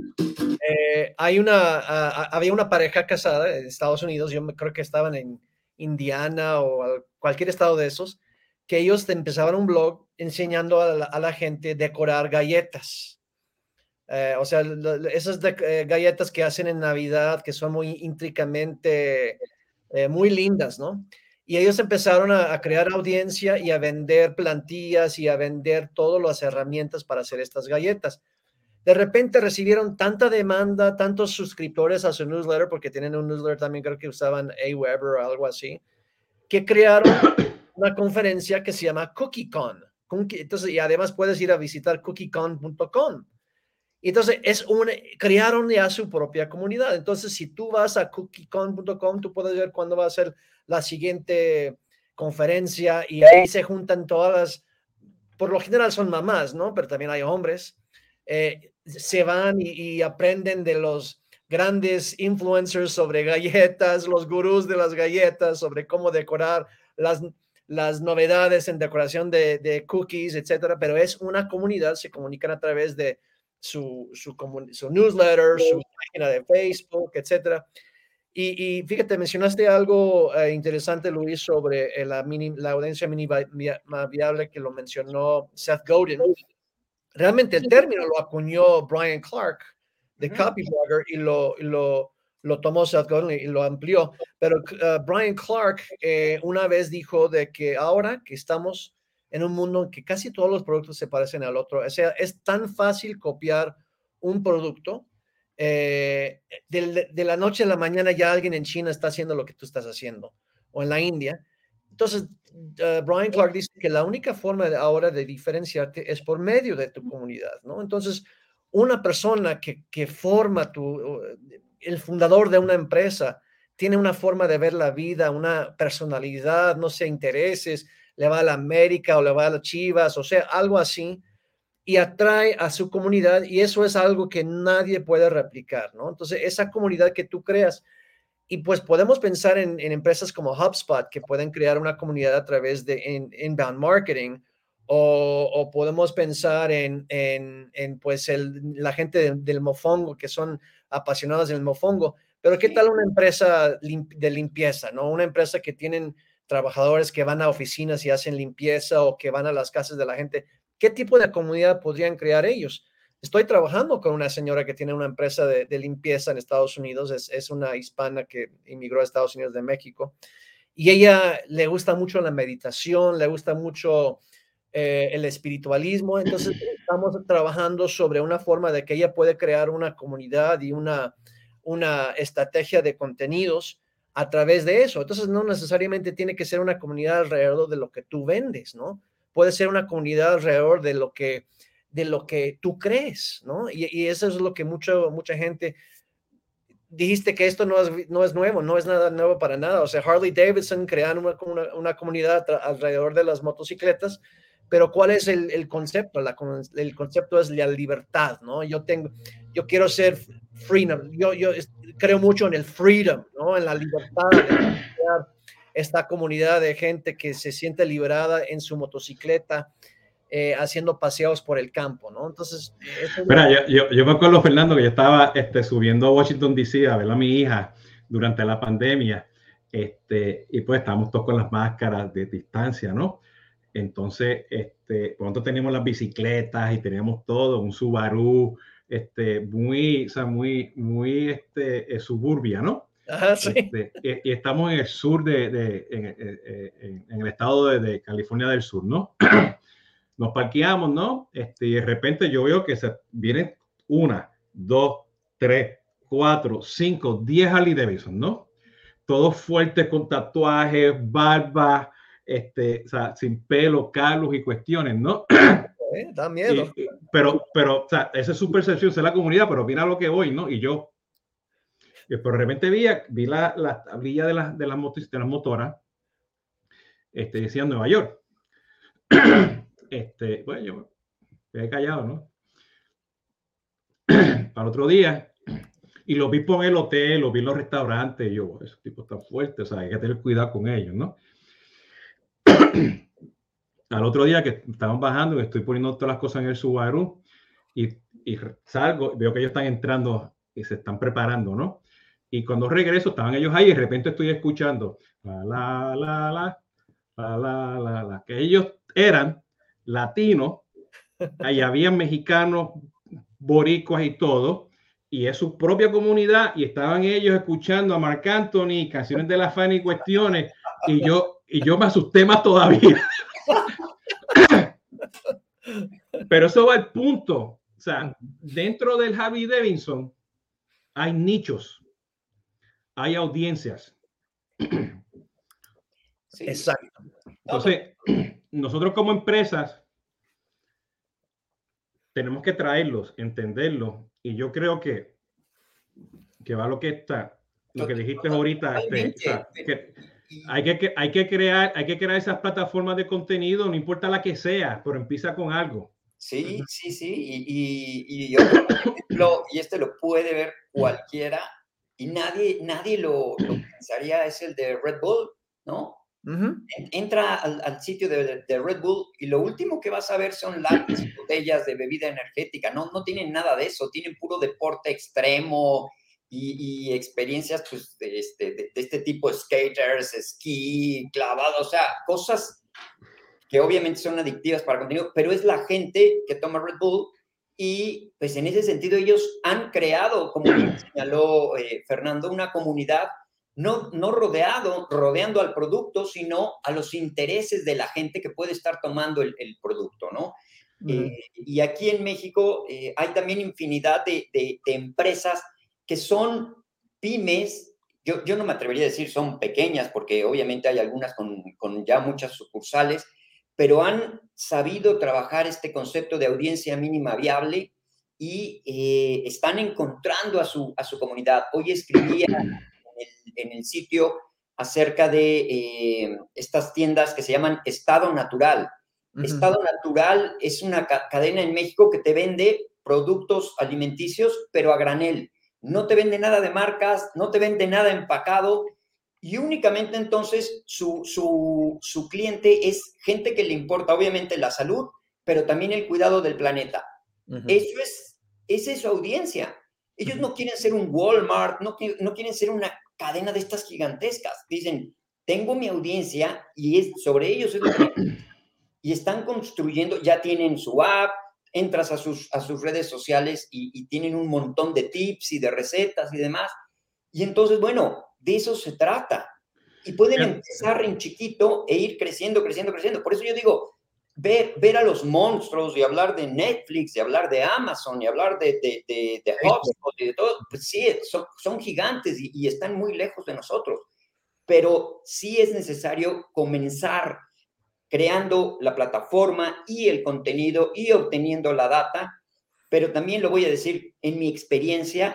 Había una pareja casada en Estados Unidos, yo creo que estaban en Indiana o cualquier estado de esos, que ellos empezaban un blog enseñando a la gente decorar galletas. O sea, esas galletas que hacen en Navidad, que son muy intricamente, muy lindas, ¿no? Y ellos empezaron a crear audiencia y a vender plantillas y a vender todas las herramientas para hacer estas galletas. De repente recibieron tanta demanda, tantos suscriptores a su newsletter, porque tienen un newsletter también, creo que usaban Aweber o algo así, que crearon una conferencia que se llama CookieCon. Entonces, y además puedes ir a visitar cookiecon.com. Entonces, crearon ya su propia comunidad. Entonces, si tú vas a cookiecon.com, tú puedes ver cuándo va a ser la siguiente conferencia y ahí se juntan por lo general son mamás, ¿no? Pero también hay hombres. Se van y aprenden de los grandes influencers sobre galletas, los gurús de las galletas, sobre cómo decorar las novedades en decoración de cookies, etcétera. Pero es una comunidad, se comunican a través de su newsletter, su página de Facebook, etcétera. Y fíjate, mencionaste algo interesante, Luis, sobre la audiencia mínima viable que lo mencionó Seth Godin. Realmente el término lo acuñó Brian Clark, de Copyblogger, y lo tomó Seth Godin y lo amplió. Pero Brian Clark una vez dijo de que ahora que estamos en un mundo en que casi todos los productos se parecen al otro, o sea, es tan fácil copiar un producto. De la noche a la mañana ya alguien en China está haciendo lo que tú estás haciendo, o en la India. Entonces, Brian Clark dice que la única forma ahora de diferenciarte es por medio de tu comunidad, ¿no? Entonces, una persona que forma el fundador de una empresa tiene una forma de ver la vida, una personalidad, no sé, intereses, le va a la América o le va a las Chivas, o sea, algo así, y atrae a su comunidad, y eso es algo que nadie puede replicar, ¿no? Entonces, esa comunidad que tú creas, y pues podemos pensar en empresas como HubSpot que pueden crear una comunidad a través de inbound marketing, o podemos pensar en pues la gente del mofongo que son apasionados del mofongo. Pero ¿qué tal una empresa de limpieza, ¿no? Una empresa que tienen trabajadores que van a oficinas y hacen limpieza, o que van a las casas de la gente. ¿Qué tipo de comunidad podrían crear ellos? Estoy trabajando con una señora que tiene una empresa de limpieza en Estados Unidos. Es una hispana que inmigró a Estados Unidos de México. Y ella le gusta mucho la meditación, le gusta mucho el espiritualismo. Entonces, estamos trabajando sobre una forma de que ella puede crear una comunidad y una estrategia de contenidos a través de eso. Entonces, no necesariamente tiene que ser una comunidad alrededor de lo que tú vendes, ¿no? Puede ser una comunidad alrededor de lo que tú crees, ¿no? Y eso es lo que mucha gente. Dijiste que esto no es nuevo, no es nada nuevo para nada. O sea, Harley Davidson crearon una comunidad alrededor de las motocicletas, pero ¿cuál es el concepto? El concepto es la libertad, ¿no? Yo quiero ser freedom. Yo creo mucho en el freedom, ¿no? En la libertad de crear esta comunidad de gente que se siente liberada en su motocicleta, haciendo paseos por el campo, ¿no? Entonces, mira, yo me acuerdo, Fernando, que yo estaba subiendo a Washington, D.C. a ver a mi hija durante la pandemia, y pues estábamos todos con las máscaras de distancia, ¿no? Entonces, pronto teníamos las bicicletas y teníamos todo, un Subaru, muy suburbia, ¿no? Ajá, sí. Y estamos en el sur en el estado de California del Sur, ¿no? Nos parqueamos, ¿no? Y de repente yo veo que vienen 1, 2, 3, 4, 5, 10 Harley Davidson, ¿no? Todos fuertes con tatuajes, barba, o sea, sin pelo, calos y cuestiones, ¿no? Da miedo. Pero, o sea, esa es su percepción de la comunidad, pero mira lo que voy, ¿no? Y yo, de repente vi la tablilla de las motoras, decía Nueva York. Bueno, yo me quedé callado, ¿no? Para otro día, Y los vi por el hotel, los vi en los restaurantes. Y yo, esos tipos están fuertes, o sea, hay que tener cuidado con ellos, ¿no? Al otro día que estamos bajando, estoy poniendo todas las cosas en el Subaru y salgo, veo que ellos están entrando y se están preparando, ¿no? Y cuando regreso, estaban ellos ahí y de repente estoy escuchando que ellos eran latinos, ahí había mexicanos, boricuas y todo, y es su propia comunidad, y estaban ellos escuchando a Marc Anthony, canciones de la Fania y cuestiones, y yo me asusté más todavía. Pero eso va al punto. O sea, dentro del Harley Davidson hay nichos, hay audiencias. Sí. Exacto. Entonces, nosotros como empresas tenemos que traerlos, entenderlos, y yo creo que va lo que está, lo que dijiste ahorita, o sea, que hay que crear esas plataformas de contenido, no importa la que sea, pero empieza con algo. Sí. Y otro ejemplo, y este lo puede ver cualquiera, y nadie lo pensaría, es el de Red Bull, ¿no? Entra al sitio de Red Bull y lo último que vas a ver son latas y botellas de bebida energética. No tienen nada de eso, tienen puro deporte extremo y experiencias pues, de este tipo, skaters, esquí, clavado, o sea, cosas que obviamente son adictivas para el contenido, pero es la gente que toma Red Bull y pues en ese sentido ellos han creado, como señaló Fernando, una comunidad no rodeando al producto, sino a los intereses de la gente que puede estar tomando el producto, ¿no? Y aquí en México hay también infinidad de empresas que son pymes. Yo no me atrevería a decir son pequeñas, porque obviamente hay algunas con ya muchas sucursales, pero han sabido trabajar este concepto de audiencia mínima viable y están encontrando a su comunidad. Hoy escribía en el sitio acerca de estas tiendas que se llaman Estado Natural. Estado Natural es una cadena en México que te vende productos alimenticios, pero a granel. No te vende nada de marcas, no te vende nada empacado, y únicamente entonces su cliente es gente que le importa obviamente la salud, pero también el cuidado del planeta. Esa es su audiencia. Ellos no quieren ser un Walmart, no quieren ser una cadena de estas gigantescas. Dicen, tengo mi audiencia y sobre ellos es lo que... Y están construyendo, ya tienen su app, entras a sus redes sociales y tienen un montón de tips y de recetas y demás. Y entonces, bueno, de eso se trata. Y pueden empezar en chiquito e ir creciendo. Por eso yo digo, ver a los monstruos y hablar de Netflix, y hablar de Amazon, y hablar de HubSpot y de todo, pues sí, son gigantes y están muy lejos de nosotros. Pero sí es necesario comenzar creando la plataforma y el contenido y obteniendo la data, pero también lo voy a decir, en mi experiencia,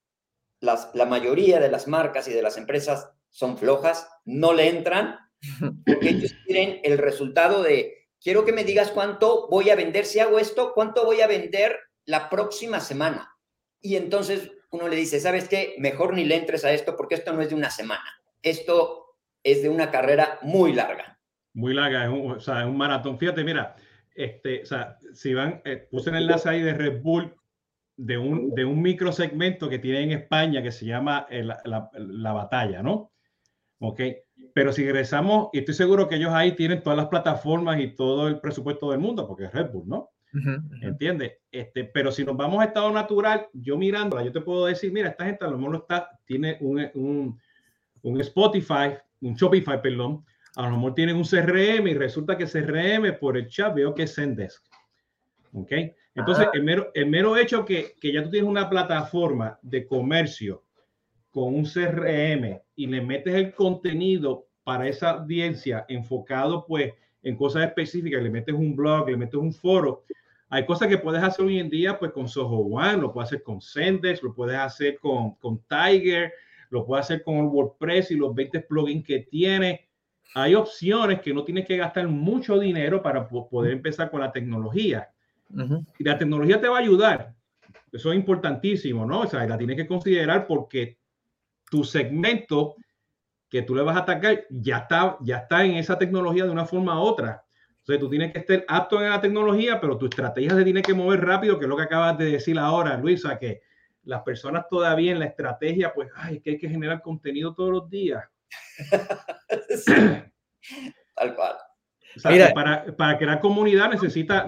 la mayoría de las marcas y de las empresas son flojas, no le entran, porque ellos quieren el resultado de, quiero que me digas cuánto voy a vender si hago esto, cuánto voy a vender la próxima semana. Y entonces uno le dice, ¿sabes qué? Mejor ni le entres a esto porque esto no es de una semana, esto es de una carrera muy larga. Muy larga, es un maratón. Fíjate, mira, o sea, si van, puse el enlace ahí de Red Bull, de un microsegmento que tiene en España que se llama la batalla, ¿no? Ok, pero si regresamos, y estoy seguro que ellos ahí tienen todas las plataformas y todo el presupuesto del mundo, porque es Red Bull, ¿no? ¿Entiendes? Pero si nos vamos a Estado Natural, yo mirándola, yo te puedo decir, mira, esta gente a lo mejor tiene un Spotify, un Shopify, perdón, a lo mejor tienen un CRM y resulta que CRM por el chat veo que es Zendesk. ¿Ok? Entonces, el mero hecho que ya tú tienes una plataforma de comercio con un CRM y le metes el contenido para esa audiencia enfocado pues en cosas específicas, le metes un blog, le metes un foro, hay cosas que puedes hacer hoy en día pues con Soho One, lo puedes hacer con Zendesk, lo puedes hacer con Tiger, lo puedes hacer con el WordPress y los 20 plugins que tiene. Hay opciones que no tienes que gastar mucho dinero para poder empezar con la tecnología. Y la tecnología te va a ayudar, eso es importantísimo, ¿no? O sea, la tienes que considerar porque tu segmento que tú le vas a atacar ya está en esa tecnología de una forma u otra. Entonces tú tienes que estar apto en la tecnología, pero tu estrategia se tiene que mover rápido, que es lo que acabas de decir ahora, Luisa, que las personas todavía en la estrategia, pues, ay, que hay que generar contenido todos los días. Sí, tal cual. O sea, mira, para crear comunidad necesita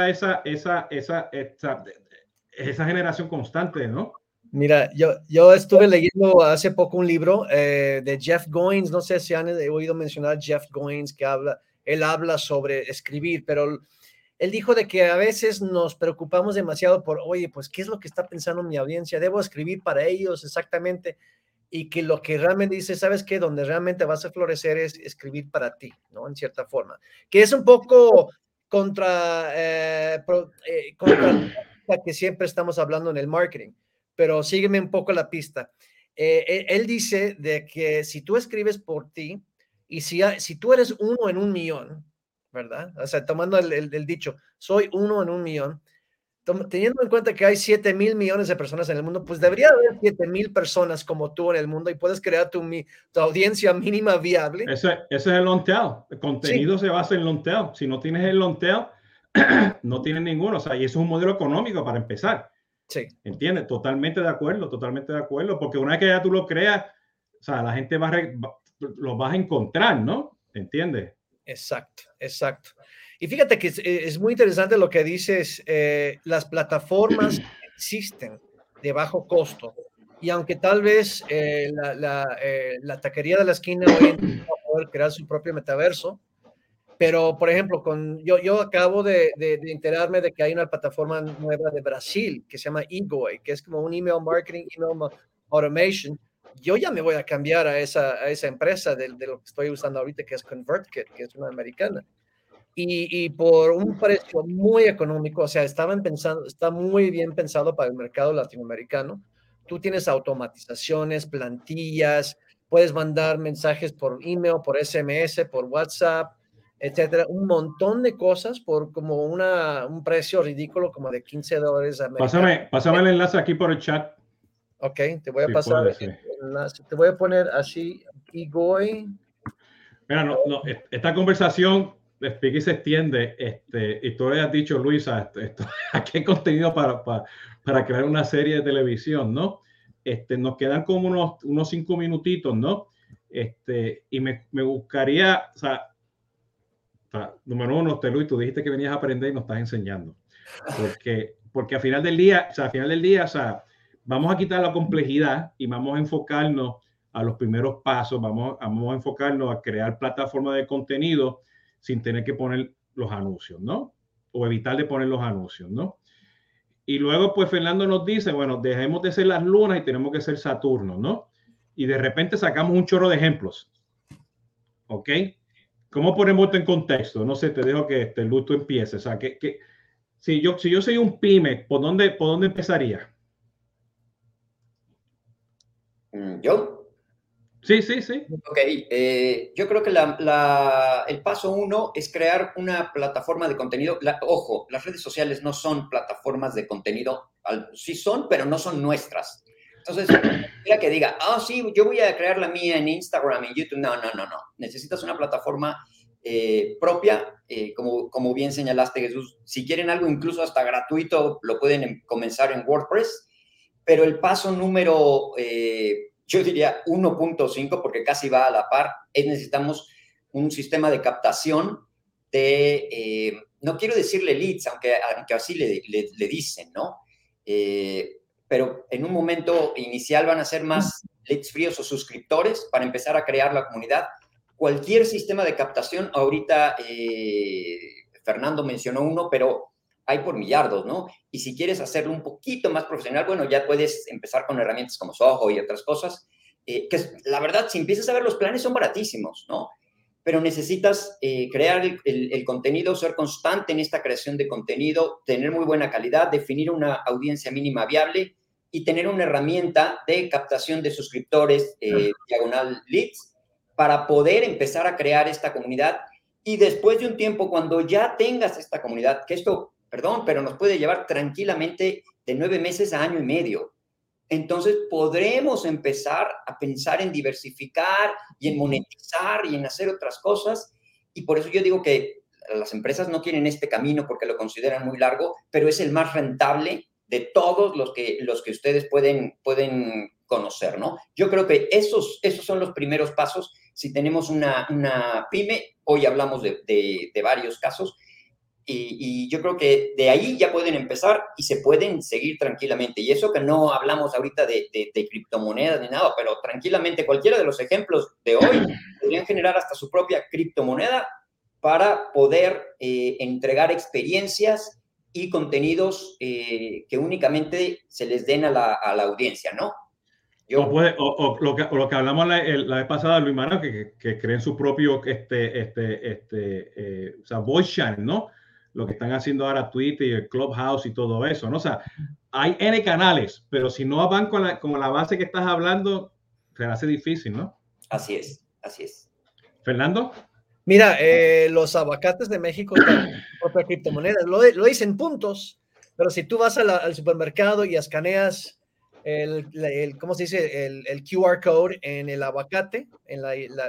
esa generación constante, ¿no? Mira, yo estuve leyendo hace poco un libro de Jeff Goins, no sé si han oído mencionar Jeff Goins, que él habla sobre escribir, pero él dijo de que a veces nos preocupamos demasiado por, oye, pues, ¿qué es lo que está pensando mi audiencia? ¿Debo escribir para ellos exactamente? Y que lo que realmente dice, ¿sabes qué? Donde realmente vas a florecer es escribir para ti, ¿no? En cierta forma. Que es un poco contra la que siempre estamos hablando en el marketing, pero sígueme un poco la pista. Él dice de que si tú escribes por ti y si tú eres 1 en 1,000,000, ¿verdad? O sea, tomando el dicho, soy 1 en 1,000,000, teniendo en cuenta que hay 7,000,000,000 de personas en el mundo, pues debería haber 7,000 personas como tú en el mundo y puedes crear tu audiencia mínima viable. Ese es el long tail. El contenido se basa en long tail. Si no tienes el long tail, no tienes ninguno. O sea, y eso es un modelo económico para empezar. Sí. ¿Entiendes? Totalmente de acuerdo, porque una vez que ya tú lo creas, o sea, la gente lo vas a encontrar, ¿no? ¿Entiendes? Exacto. Y fíjate que es muy interesante lo que dices, las plataformas existen de bajo costo, y aunque tal vez la taquería de la esquina hoy en día va a poder crear su propio metaverso, pero por ejemplo, yo acabo de enterarme de que hay una plataforma nueva de Brasil que se llama Egoi, que es como un email marketing, email automation. Yo ya me voy a cambiar a esa empresa de lo que estoy usando ahorita, que es ConvertKit, que es una americana. Y por un precio muy económico, o sea, está muy bien pensado para el mercado latinoamericano. Tú tienes automatizaciones, plantillas, puedes mandar mensajes por email, por SMS, por WhatsApp, etcétera, un montón de cosas por como un precio ridículo como de $15 americanos. Pásame el enlace aquí por el chat. Ok, te voy a pasar el enlace. Te voy a poner así, Egoi. Mira, no, esta conversación explica y se extiende. Y tú le has dicho, Luisa, aquí hay contenido para crear una serie de televisión, ¿no? Nos quedan como unos 5 minutitos, ¿no? Y me buscaría, o sea, número uno, Luis, tú dijiste que venías a aprender y nos estás enseñando. Porque al final del día, o sea, vamos a quitar la complejidad y vamos a enfocarnos a los primeros pasos, vamos a enfocarnos a crear plataformas de contenido sin tener que poner los anuncios, ¿no? O evitar de poner los anuncios, ¿no? Y luego, pues, Fernando nos dice, bueno, dejemos de ser las lunas y tenemos que ser Saturno, ¿no? Y de repente sacamos un chorro de ejemplos, ¿ok? ¿Cómo ponemos esto en contexto? No sé, te dejo que Luz, tú empieces. O sea, si yo soy un pyme, ¿por dónde empezaría? ¿Yo? Sí. Ok, yo creo que el paso 1 es crear una plataforma de contenido. Ojo, las redes sociales no son plataformas de contenido, sí son, pero no son nuestras. Entonces, que diga, sí, yo voy a crear la mía en Instagram, en YouTube. No. Necesitas una plataforma propia, como bien señalaste, Jesús. Si quieren algo incluso hasta gratuito, lo pueden comenzar en WordPress. Pero el paso número... yo diría 1.5, porque casi va a la par, necesitamos un sistema de captación no quiero decirle leads, aunque así le dicen, ¿no? Pero en un momento inicial van a ser más leads fríos o suscriptores para empezar a crear la comunidad. Cualquier sistema de captación, ahorita Fernando mencionó uno, pero hay por millardos, ¿no? Y si quieres hacerlo un poquito más profesional, bueno, ya puedes empezar con herramientas como Zoho y otras cosas, que la verdad, si empiezas a ver los planes, son baratísimos, ¿no? Pero necesitas crear el contenido, ser constante en esta creación de contenido, tener muy buena calidad, definir una audiencia mínima viable y tener una herramienta de captación de suscriptores, diagonal leads, para poder empezar a crear esta comunidad. Y después de un tiempo, cuando ya tengas esta comunidad, que esto... pero nos puede llevar tranquilamente de 9 meses a año y medio. Entonces podremos empezar a pensar en diversificar y en monetizar y en hacer otras cosas. Y por eso yo digo que las empresas no quieren este camino porque lo consideran muy largo, pero es el más rentable de todos los que ustedes pueden conocer, ¿no? Yo creo que esos son los primeros pasos. Si tenemos una pyme, hoy hablamos de varios casos, y yo creo que de ahí ya pueden empezar y se pueden seguir tranquilamente. Y eso que no hablamos ahorita de criptomonedas ni nada, pero tranquilamente cualquiera de los ejemplos de hoy podrían generar hasta su propia criptomoneda para poder entregar experiencias y contenidos que únicamente se les den a la audiencia, ¿no? O lo que hablamos la vez pasada, Luis Manuel, que creen su propio o sea, voice channel, ¿no? Lo que están haciendo ahora Twitter y el Clubhouse y todo eso, ¿no? O sea, hay N canales, pero si no van con la base que estás hablando, se hace difícil, ¿no? Así es. ¿Fernando? Mira, los aguacates de México tienen su propia criptomoneda. Lo dicen puntos, pero si tú vas al supermercado y escaneas ¿cómo se dice? El QR code en el aguacate, en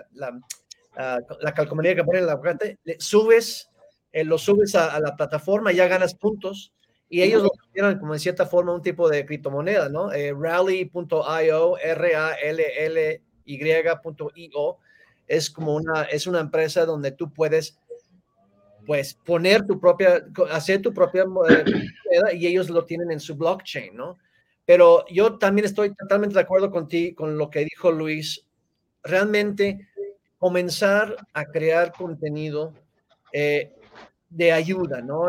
la calcomanía que pone en el aguacate, lo subes a la plataforma y ya ganas puntos. Y ellos lo consideran como en cierta forma un tipo de criptomoneda, ¿no? Rally.io, RALLY.io. Es una empresa donde tú puedes, pues, hacer tu propia moneda y ellos lo tienen en su blockchain, ¿no? Pero yo también estoy totalmente de acuerdo contigo, con lo que dijo Luis. Realmente comenzar a crear contenido de ayuda, ¿no?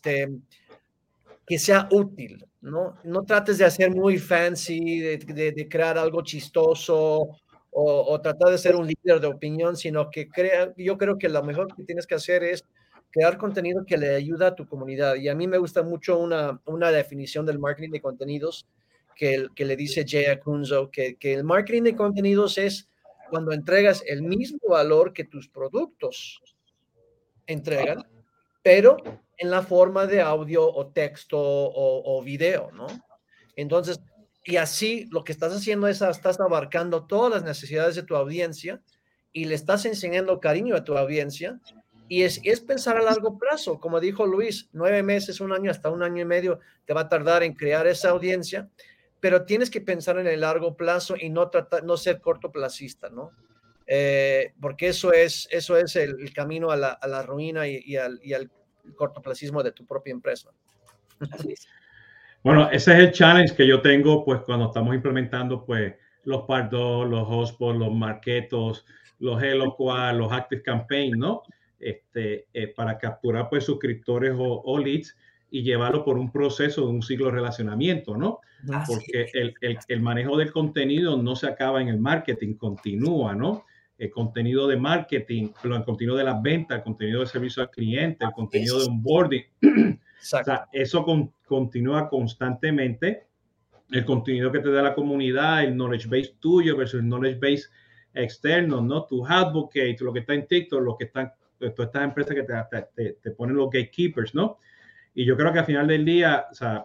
Que sea útil, ¿no? No trates de hacer muy fancy, de crear algo chistoso o tratar de ser un líder de opinión, sino que yo creo que lo mejor que tienes que hacer es crear contenido que le ayuda a tu comunidad. Y a mí me gusta mucho una definición del marketing de contenidos que le dice Jay Acunzo, que el marketing de contenidos es cuando entregas el mismo valor que tus productos entregan, pero en la forma de audio o texto o video, ¿no? Entonces, y así lo que estás haciendo es estás abarcando todas las necesidades de tu audiencia y le estás enseñando cariño a tu audiencia y es pensar a largo plazo. Como dijo Luis, 9 meses, 1 año, hasta 1 año y medio te va a tardar en crear esa audiencia, pero tienes que pensar en el largo plazo y no ser cortoplacista, ¿no? Porque eso es el camino a la ruina y al cortoplacismo de tu propia empresa. Así es. Bueno, ese es el challenge que yo tengo, pues, cuando estamos implementando, pues, los Pardot, los Hotspot, los Marketos, los HelloQuad, los Active Campaign, ¿no? Para capturar, pues, suscriptores o leads y llevarlo por un proceso de un ciclo de relacionamiento, ¿no? Porque el manejo del contenido no se acaba en el marketing, continúa, ¿no? El contenido de marketing, el contenido de las ventas, el contenido de servicio al cliente, el contenido de onboarding. O sea, eso continúa constantemente. El contenido que te da la comunidad, el knowledge base tuyo versus el knowledge base externo, ¿no? Tu advocate, lo que está en TikTok, lo que están, todas estas empresas que te ponen los gatekeepers, ¿no? Y yo creo que al final del día, o sea,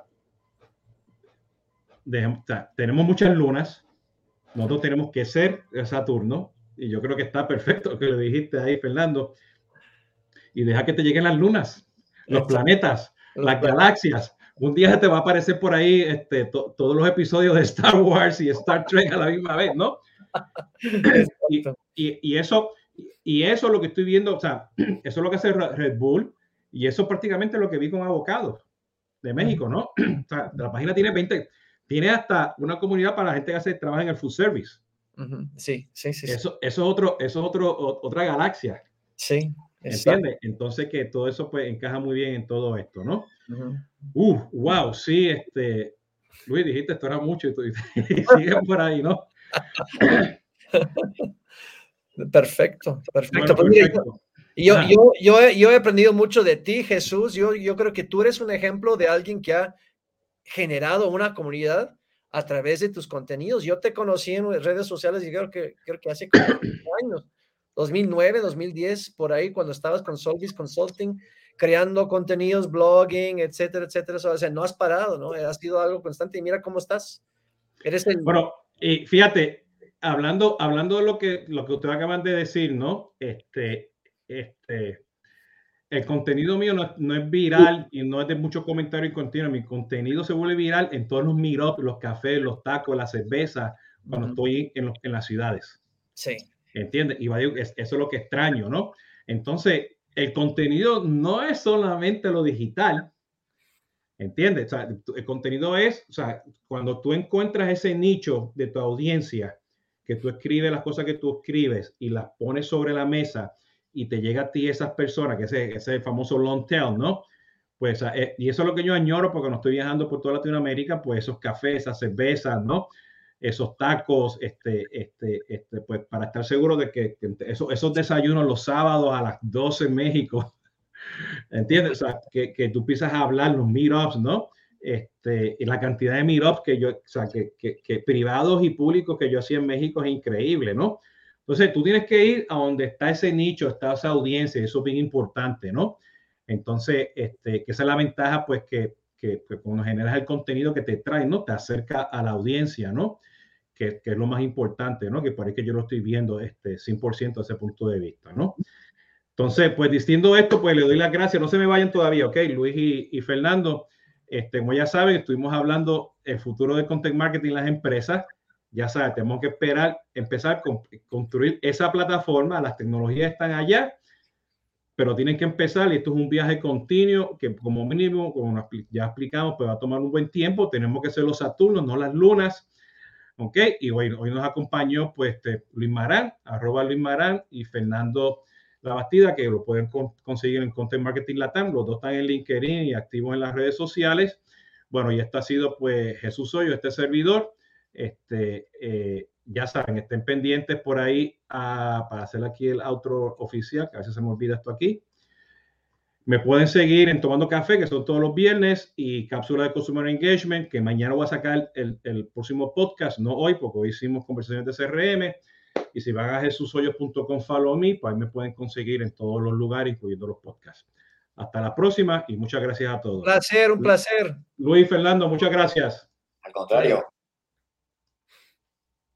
tenemos muchas lunas, nosotros tenemos que ser Saturno, y yo creo que está perfecto lo que le dijiste ahí, Fernando, y deja que te lleguen las lunas, los planetas, las galaxias. Un día se te va a aparecer por ahí todos los episodios de Star Wars y Star Trek a la misma vez, ¿no? y eso es lo que estoy viendo, o sea, eso es lo que hace Red Bull, y eso prácticamente es lo que vi con Avocados de México, ¿no? O sea, la página tiene hasta una comunidad para la gente que trabaja en el food service. Sí. Eso es otra galaxia. Sí. ¿Entiendes? Entonces que todo eso pues encaja muy bien en todo esto, ¿no? Wow, sí, Luis, dijiste esto era mucho y sigue por ahí, ¿no? Perfecto. Bueno, perfecto. Yo he aprendido mucho de ti, Jesús. Yo creo que tú eres un ejemplo de alguien que ha generado una comunidad a través de tus contenidos. Yo te conocí en redes sociales y creo que hace como 5 años, 2009, 2010, por ahí, cuando estabas con Solvis Consulting, creando contenidos, blogging, etcétera, etcétera. O sea, no has parado, ¿no? Ha sido algo constante y mira cómo estás. Bueno, y fíjate, hablando de lo que ustedes acaban de decir, ¿no? El contenido mío no es viral y no es de mucho comentario y continuo. Mi contenido se vuelve viral en todos los meetups, los cafés, los tacos, la cerveza, cuando estoy en las ciudades. Sí. ¿Entiendes? Y eso es lo que extraño, ¿no? Entonces, el contenido no es solamente lo digital, ¿entiendes? O sea, el contenido es, o sea, cuando tú encuentras ese nicho de tu audiencia, que tú escribes las cosas que tú escribes y las pones sobre la mesa y te llega a ti esas personas, que ese famoso long tail, ¿no? Pues, y eso es lo que yo añoro porque no estoy viajando por toda Latinoamérica, pues esos cafés, esas cervezas, ¿no? Esos tacos, pues para estar seguro de que esos desayunos los sábados a las 12 en México, ¿entiendes? O sea, que tú empiezas a hablar los meetups, ¿no? Y la cantidad de meetups que yo, o sea, que privados y públicos que yo hacía en México es increíble, ¿no? Entonces, tú tienes que ir a donde está ese nicho, está esa audiencia, eso es bien importante, ¿no? Entonces, que esa es la ventaja, pues, que cuando generas el contenido que te trae, ¿no? Te acerca a la audiencia, ¿no? Que es lo más importante, ¿no? Que parece que yo lo estoy viendo 100% desde ese punto de vista, ¿no? Entonces, pues diciendo esto, pues le doy las gracias. No se me vayan todavía, ¿ok? Luis y Fernando, como ya saben, estuvimos hablando el futuro del content marketing en las empresas. Ya saben, tenemos que empezar a construir esa plataforma. Las tecnologías están allá, pero tienen que empezar, y esto es un viaje continuo que como mínimo, como ya explicamos, pues va a tomar un buen tiempo. Tenemos que ser los Saturnos, no las lunas. ¿Ok? Y hoy nos acompañó pues Luis Marán, @LuisMarán, y Fernando Labastida, que lo pueden conseguir en Content Marketing Latam. Los dos están en LinkedIn y activos en las redes sociales. Bueno, y esto ha sido pues Jesús Hoyo, este servidor. Ya saben, estén pendientes por ahí para hacer aquí el outro oficial, que a veces se me olvida esto aquí. Me pueden seguir en Tomando Café, que son todos los viernes, y Cápsula de Consumer Engagement, que mañana voy a sacar el próximo podcast, no hoy, porque hoy hicimos conversaciones de CRM. Y si van a jesusoyos.com, follow me, pues ahí me pueden conseguir en todos los lugares, incluyendo los podcasts. Hasta la próxima y muchas gracias a todos. Un placer. Luis, Fernando, muchas gracias. Al contrario.